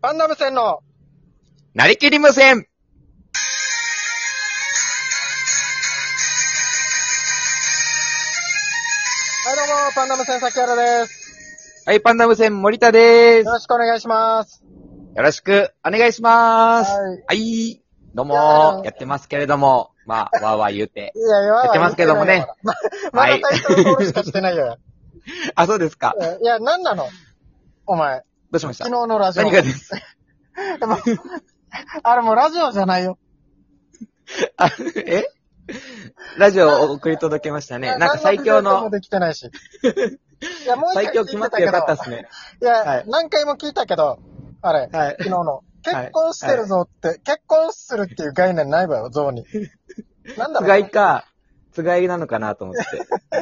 パンダム線のなりきり無線。 はいどうも、パンダム線崎原です。 はい、パンダ無線森田でよろしくお願いします。 よろしくお願いします。 はい。 はい。どうもやってますけれども、まあ、わーわー言うて。 いや、 やってますけどもね。 まだタイトルコールしかしてないよ。 あ、そうですか。 いや、なんなのお前。 どうしました？ 昨日のラジオ。 何がです？ でもあれもうラジオじゃないよ。 あ、ラジオを送り届けましたね。なんか最強の。 もできてないし。いや、もう一回最強決まってよかったっすね。 いや、 はい、 何回も聞いたけど、あれ、はい、昨日の。結婚してるぞって、結婚するっていう概念ないわよ、ゾウに。なんだろう。 つがいか、つがいなのかなと思って。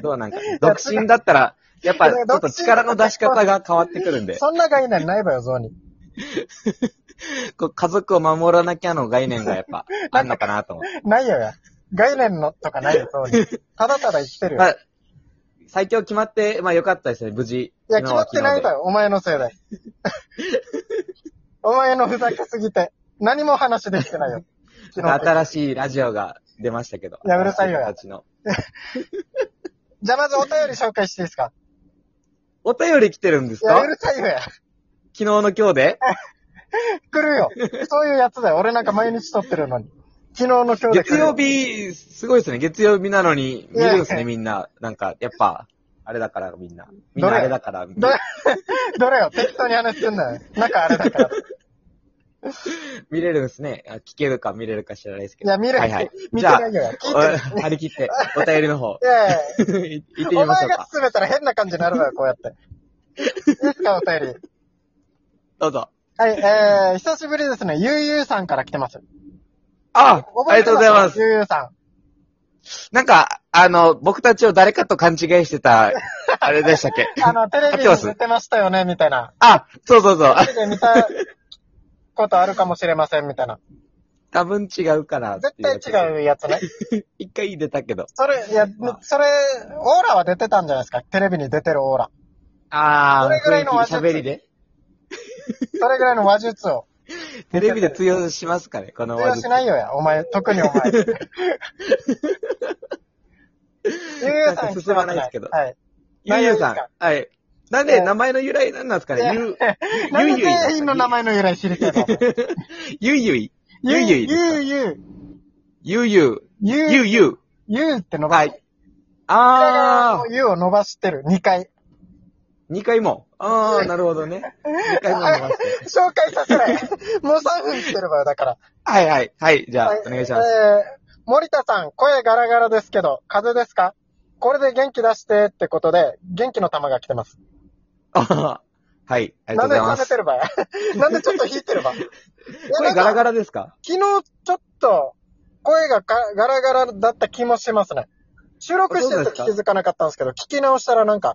どうなんか、独身だったら、やっぱ、ちょっと力の出し方が変わってくるんで。 そんな概念ないわよ、ゾウに。 家族を守らなきゃの概念がやっぱ、あんのかなと思って。 ないよや。概念のとかないよ、ゾウに。ただただ生きてるよ。 まあ、最強決まって、まあよかったですね、無事。 いや、決まってないわよ、お前のせいで。お前のふざけすぎて。何も話できてないよ。 新しいラジオが出ましたけど。 いや、うるさいよや。 じゃあまずお便り紹介していいですか？ お便り来てるんですか？ いや、うるさいよや。 昨日の今日で来るよ。そういうやつだよ。俺なんか毎日撮ってるのに。昨日の今日で月曜日、すごいですね。月曜日なのに見るんですね、みんな。なんか、やっぱ、あれだからみんな。みんなあれだから。 どれよ、適当に話すんなよ。なんかあれだから。 見れるんですね。聞けるか見れるか知らないですけど。 いや、見れる。 はいはい。 見てないよ。 張り切って、お便りの方。 いやいや行ってみましょうか。 お前が進めたら変な感じになるわよ、こうやって。いいですか、お便り。 どうぞ。 はい、久しぶりですね。ゆうゆうさんから来てます。 ありがとうございます。 ゆうゆうさん。 なんか、僕たちを誰かと勘違いしてた、あれでしたっけ？ テレビに出てましたよね、みたいな。 あ、そうそうそう。 テレビで見たことあるかもしれません、みたいな。 多分違うかな。 絶対違うやつね。 一回出たけど。 それ、オーラは出てたんじゃないですか。テレビに出てるオーラ。 あー、 それぐらいの話術。 喋りで。 それぐらいの話術を。 テレビで通用しますかね、この話術。 通用しないよや、お前、特にお前。ゆうゆうさん進まないですけど。 はい。 ゆうゆうさん。はい。なんで、名前の由来なんなんですかね？ なんで全員の名前の由来知りたいの？ ゆいゆい。 ゆいゆい。ゆいゆい。 ゆいゆい。ゆいゆい。 ゆうって伸ばす。はい。ゆうを伸ばしてる。2回。 2回も。なるほどね。2回も伸ばして。 紹介させない。もう3分来てるわよ、だから。 はいはい。はい、じゃあ、お願いします。 森田さん、声ガラガラですけど、風邪ですか？これで元気出してってことで、元気の玉が来てます。 はい。ありがとうございます。 なんで冷めてるばや。なんでちょっと引いてるば。 声ガラガラですか？ 昨日ちょっと、声がガラガラだった気もしますね。収録してると気づかなかったんですけど、聞き直したらなんか。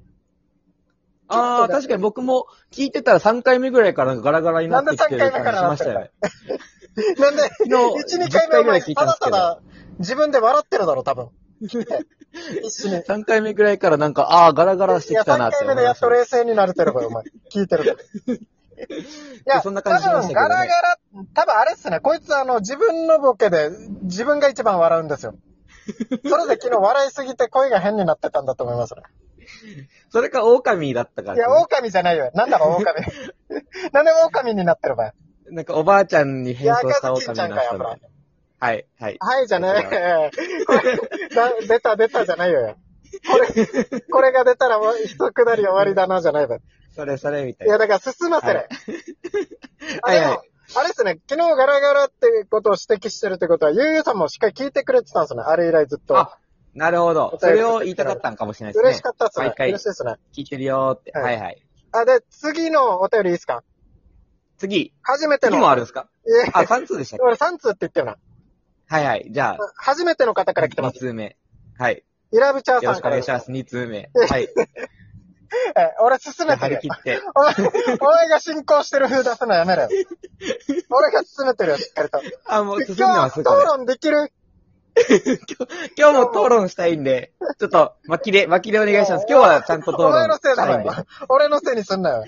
確かに僕も聞いてたら3回目ぐらいからガラガラになってきてる感じしましたよね。 なんで、1、2回目ぐらい聞いたんですけど。ただただ自分で笑ってるだろ、多分。一緒に。 3回目ぐらいからなんか、ガラガラしてきたなって。 3回目でやっと冷静になれてるから、お前。聞いてるから。いや、 そんな感じしましたけどね。 ガラガラ、多分あれっすね。こいつ自分のボケで自分が一番笑うんですよ。それで昨日笑いすぎて声が変になってたんだと思いますね。 それか狼だったから、 ね。いや、狼じゃないよ。なんだろ、狼。なんで狼になってるばい。 なんかおばあちゃに変装した狼になったの。はい、はい。 はい、じゃねえ。出たじゃないよや。これが出たらもう一くだり終わりだな、じゃないばい。 それ、みたいな。 いや、だから進ませれ。 はいはい。 あれですね、昨日ガラガラってことを指摘してるってことは、ゆうゆうさんもしっかり聞いてくれてたんですね。あれ以来ずっと。 あ、なるほど。それを言いたかったんかもしれないですね。 嬉しかったっすね。 毎回。 嬉しいですね。 聞いてるよーって。はいはい。 で、次のお便りいいですか？ 次。 初めての。 次もあるんですか？3通でしたっけ？ 俺3通って言ったよな。 はいはい。じゃあ。 初めての方から来てます。 2通目。はい。 イラブチャーさんから。 よろしくお願いします。2通目。はい。 俺進めてる。 張り切って。 お前が進行してる風出すのやめろよ。俺が進めてるよ、しっかりと。 もう進んでます。 討論できる？ 今日も討論したいんで、ちょっと、巻きでお願いします。今日はちゃんと討論したいんで。 お前のせいだろ。俺のせいにすんなよ。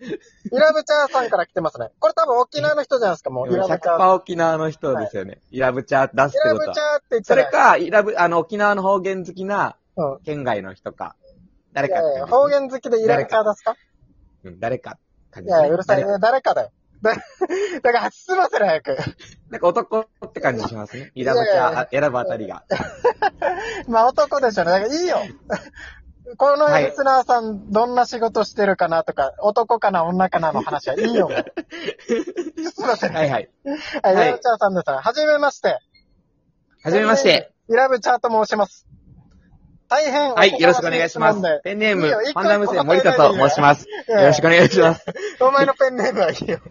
イラブチャーさんから来てますね。これ多分沖縄の人じゃないですか、もう。イラブチャー。 100%沖縄の人ですよね。イラブチャー出すってことは。 イラブチャーって言ってそれか、沖縄の方言好きな、 うん。 県外の人か。誰いやいや、 かって感じ方言好きでイラブチャー出すかうん、誰か。感いじですねや、うるさい。 誰か誰かだよ。だから、進ませろ、早く。 なんか男って感じしますね。イラブチャー選ぶあたりが。 まあ、男でしょうね。だからいいよ。このリスナーさん、どんな仕事してるかなとか、男かな、女かなの話はいいよ。すいません。 はいはい。 はい、イラブチャーさんです。はじめまして。 はじめまして。 イラブチャーと申します。大変はい、よろしくお願いします。ペンネーム、パンダムセ森田と申します。よろしくお願いします。 お前のペンネームはいいよ。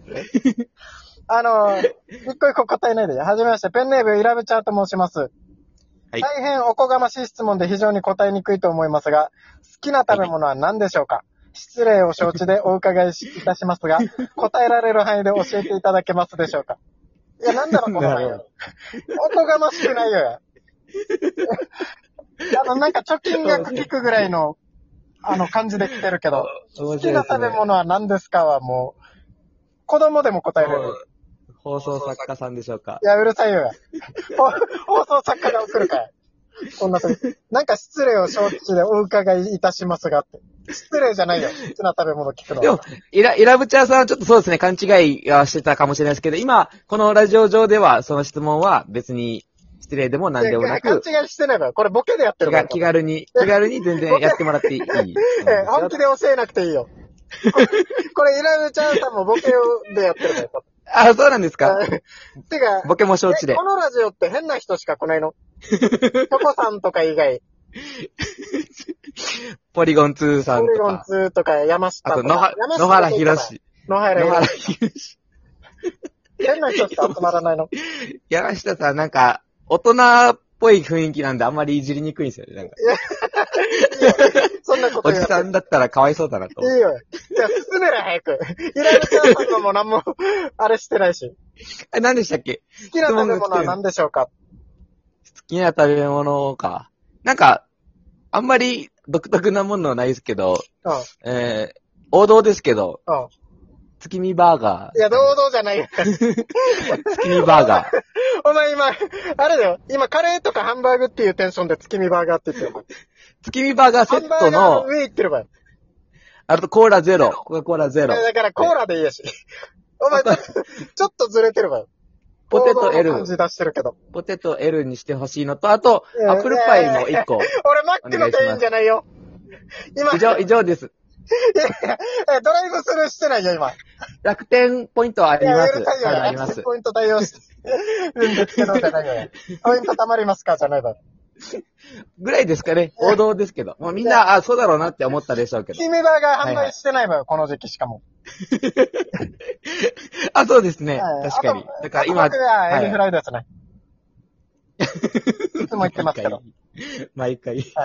一個一個答えないでよ。はじめまして、ペンネームイラブチャーと申します。はい、大変おこがましい質問で非常に答えにくいと思いますが、好きな食べ物は何でしょうか？失礼を承知でお伺いいたしますが、答えられる範囲で教えていただけますでしょうか？いや、なんだろ、この範囲。おこがましくないよや。なんか貯金額聞くぐらいの、感じで来てるけど、好きな食べ物は何ですかはもう、子供でも答えれる。 放送作家さんでしょうか？ いや、うるさいよや。放送作家が送るかい。こんな時。なんか失礼を承知でお伺いいたしますがって。失礼じゃないよ。好きな食べ物聞くの。 でも、イラブチャーさんはちょっとそうですね、勘違いはしてたかもしれないですけど、今、このラジオ上では、その質問は別に失礼でも何でもなく。 勘違いしてないわ。これボケでやってるから。 気軽に全然やってもらっていい。 本気で教えなくていいよ。これ、イラブチャーさんもボケでやってるから。 あ、そうなんですか？ てか、 ボケも承知で。 このラジオって変な人しか来ないの？トコさんとか以外。 ポリゴン2さんとか。 ポリゴン2とか山下とか。 あと野原博士。 野原博士。変な人しか集まらないの。 山下さんなんか、大人っぽい雰囲気なんであんまりいじりにくいんですよね。なんかそんなことおじさんだったらかわいそうだなと。 いいよ。じゃあ進めろ早く。イラブチャーさんのも何も、あれしてないし。 何でしたっけ？ 好きな食べ物は何でしょうか？ 好きな食べ物か。なんか、あんまり独特なものはないですけど、王道ですけど、月見バーガー。 いや、堂々じゃないよ。 月見バーガー。 お前今、あれだよ。今、カレーとかハンバーグっていうテンションで月見バーガーって言ってる。 月見バーガーセットの、 ハンバーガーの上行ってるわよ。 あとコーラゼロ。コカ・コーラゼロ。 だからコーラでいいやし。お前ちょっとずれてるわよ。 ポテト L。 感じ出してるけど。 ポテト L にしてほしいのと、あと、アップルパイも1個。 俺マックの店員じゃないよ。 今。以上です。 ドライブスルーしてないよ、今。 楽天ポイントはあります。 あります。ポイント対応してるんですけど、じゃないよ。ポイント貯まりますかじゃないだろ。 ぐらいですかね。王道ですけど。もうみんな、そうだろうなって思ったでしょうけど。 月見バーガー販売してないわよ、この時期しかも。 そうですね。確かに。だから今。 僕はエビフライですね。いつも言ってますけど。 毎回。 い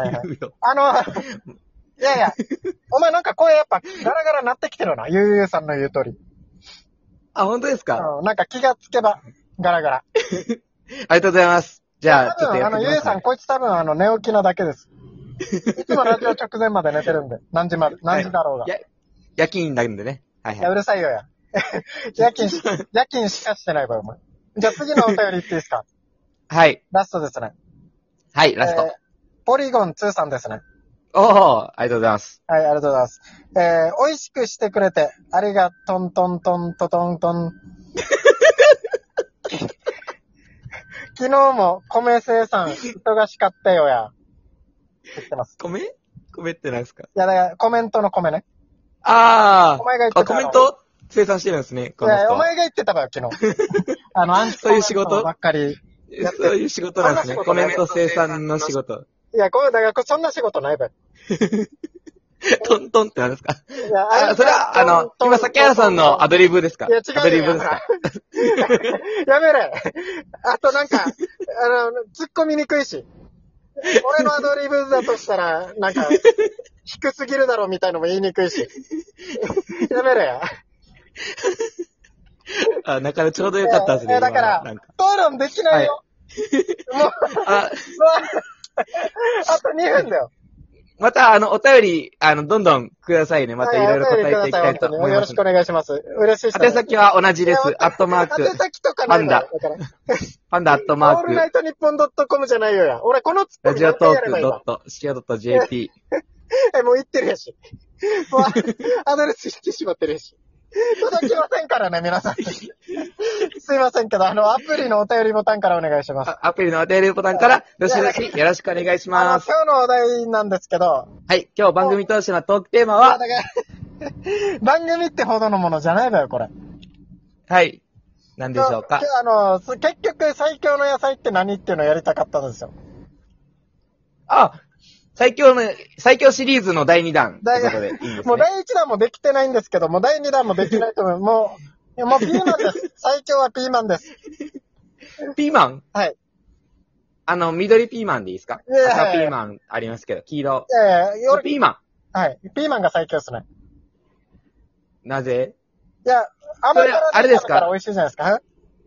やいや、お前なんか声やっぱガラガラなってきてるな、ゆうゆうさんの言う通り。 本当ですか？ なんか気がつけば、ガラガラ。 ありがとうございます。じゃあ、ちょっとやってみます、 ゆうゆうさん、こいつ多分寝起きなだけです。いつもラジオ直前まで寝てるんで、何時だろうが。 夜勤なんでね。はいはい。 いや、うるさいよや。夜勤しかしてないわよ、お前。じゃあ次のお便り言っていいですか？ はい。 ラストですね。 はい、ラスト。 ポリゴン2さんですね。 ありがとうございます。 はい、ありがとうございます。美味しくしてくれて、ありがとんとんとんととんとん。昨日も米生産忙しかったよや。言ってます。 米って何ですか？ いや、だからコメントの米ね。 お前が言ってた。 コメント生産してるんですね。 いや、お前が言ってたわよ、昨日。 そういう仕事ばっかり。 そういう仕事なんですね。コメント生産の仕事。 いや、だからそんな仕事ないばよ。 トントンって何ですか？ いや、 それは、今、崎原さんのアドリブですか？ いや、違う。 アドリブですか？ やめれ。あとなんか、突っ込みにくいし。俺のアドリブだとしたら、なんか、低すぎるだろみたいのも言いにくいし。やめれや。 だからちょうどよかったですね。 だから、討論できないよ。もう、あと2分だよ。 また、お便り、どんどんくださいね。またいろいろ答えていきたいと思います。 よろしくお願いします。嬉しいです。 宛先は同じです。アットマーク。 宛先とかないのよ。 パンダアットマーク。 オールナイトニッポンドットコムじゃないよや。俺このツッコラジオトーク.co.jp。 もう言ってるやし。もうアドレス言ってしまってるやし。届きませんからね、皆さん。すいませんけど、アプリのお便りボタンからお願いします。 アプリのお便りボタンから、どしどしよろしくお願いします。 今日のお題なんですけど。 はい、今日番組通してのトークテーマは、 番組ってほどのものじゃないわよ、これ。はい。 何でしょうか。 結局、最強の野菜って何っていうのをやりたかったんですよ。 最強シリーズの第2弾。ということでいいんですね。 もう第1弾もできてないんですけど、もう第2弾もできないと思う。もうピーマンです。最強はピーマンです。 ピーマン？ はい。 緑ピーマンでいいですか？赤ピーマンありますけど、黄色。ピーマン。 はい。ピーマンが最強ですね。 なぜ？ いや、甘辛あれですか？ から美味しいじゃないですか。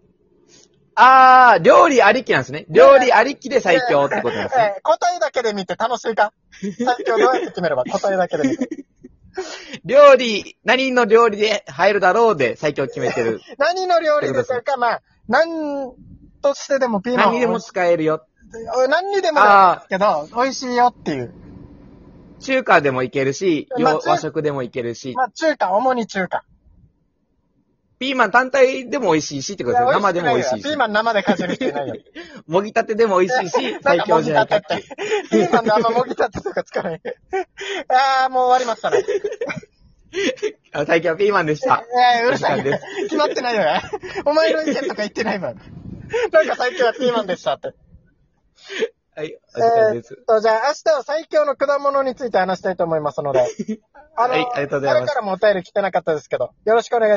料理ありきなんですね。料理ありきで最強ってことなんですね。 答えだけで見て楽しいか？最強どうやって決めれば答えだけで見て。 何の料理で入るだろうで最強決めてる。 何の料理でというか、何としてでもピーマン。 何にでも使えるよ。 何にでもだけど、美味しいよっていう。 中華でもいけるし、和食でもいけるし。 主に中華。 ピーマン単体でも美味しいしってことですね。生でも美味しいし。 ピーマン生でかじる人いないよ。 もぎたてでも美味しいし、最強じゃないかって。 ピーマンであんまもぎたてとかつかない。もう終わりましたね。 最強ピーマンでした。 うるさい。決まってないよや。お前の意見とか言ってないもん。なんか最強はピーマンでしたって。 はい、お時間です。 じゃあ明日は最強の果物について話したいと思いますので。 はい、ありがとうございます。 誰からもお便り来てなかったですけど、よろしくお願いします。